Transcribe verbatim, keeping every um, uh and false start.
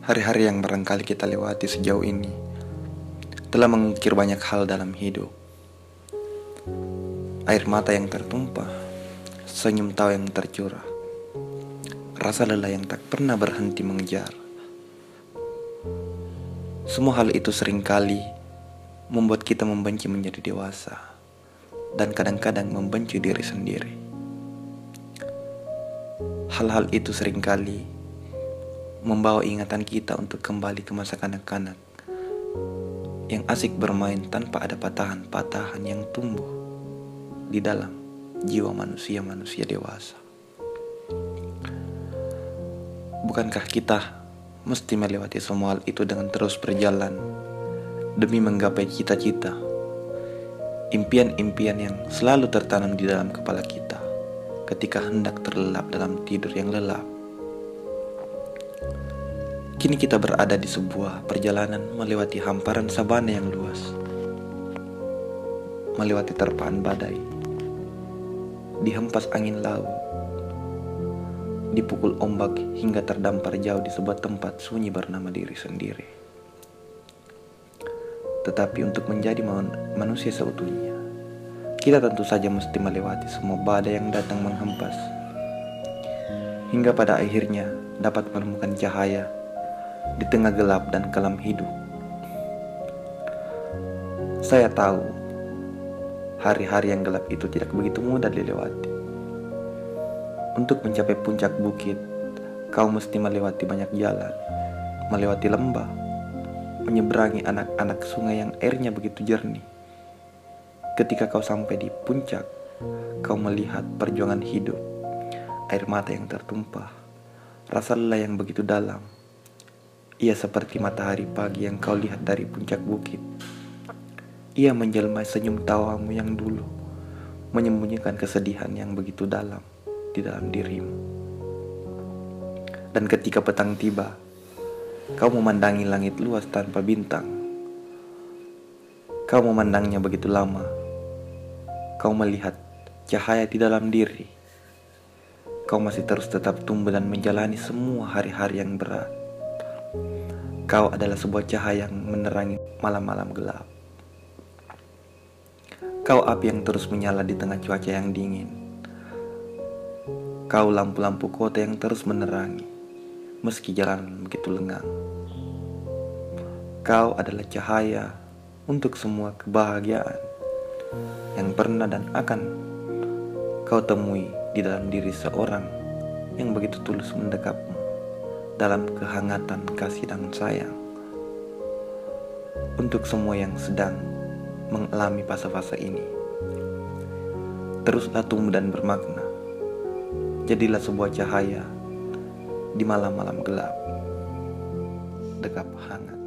Hari-hari yang barangkali kita lewati sejauh ini telah mengukir banyak hal dalam hidup. Air mata yang tertumpah, senyum tawa yang tercurah, rasa lelah yang tak pernah berhenti mengejar. Semua hal itu seringkali membuat kita membenci menjadi dewasa, dan kadang-kadang membenci diri sendiri. Hal-hal itu seringkali membawa ingatan kita untuk kembali ke masa kanak-kanak yang asik bermain tanpa ada patahan-patahan yang tumbuh di dalam jiwa manusia-manusia dewasa. Bukankah kita mesti melewati semua hal itu dengan terus berjalan demi menggapai cita-cita, impian-impian yang selalu tertanam di dalam kepala kita ketika hendak terlelap dalam tidur yang lelap? Kini kita berada di sebuah perjalanan melewati hamparan sabana yang luas, melewati terpaan badai, dihempas angin laut, dipukul ombak hingga terdampar jauh di sebuah tempat sunyi bernama diri sendiri. Tetapi untuk menjadi manusia seutuhnya, kita tentu saja mesti melewati semua badai yang datang menghempas, hingga pada akhirnya dapat menemukan cahaya di tengah gelap dan kelam hidup. Saya tahu hari-hari yang gelap itu tidak begitu mudah dilewati. Untuk mencapai puncak bukit, kau mesti melewati banyak jalan, melewati lembah, menyeberangi anak-anak sungai yang airnya begitu jernih. Ketika kau sampai di puncak, kau melihat perjuangan hidup, air mata yang tertumpah, rasa lelah yang begitu dalam. Ia seperti matahari pagi yang kau lihat dari puncak bukit. Ia menjelma senyum tawamu yang dulu menyembunyikan kesedihan yang begitu dalam di dalam dirimu. Dan ketika petang tiba, kau memandangi langit luas tanpa bintang. Kau memandangnya begitu lama. Kau melihat cahaya di dalam diri. Kau masih terus tetap tumbuh dan menjalani semua hari-hari yang berat. Kau adalah sebuah cahaya yang menerangi malam-malam gelap. Kau api yang terus menyala di tengah cuaca yang dingin. Kau lampu-lampu kota yang terus menerangi meski jalan begitu lengang. Kau adalah cahaya untuk semua kebahagiaan yang pernah dan akan kau temui di dalam diri seorang yang begitu tulus mendekapmu dalam kehangatan kasih dan sayang. Untuk semua yang sedang mengalami fase-fase ini, teruslah tumbuh dan bermakna. Jadilah sebuah cahaya di malam-malam gelap, dekap hangat.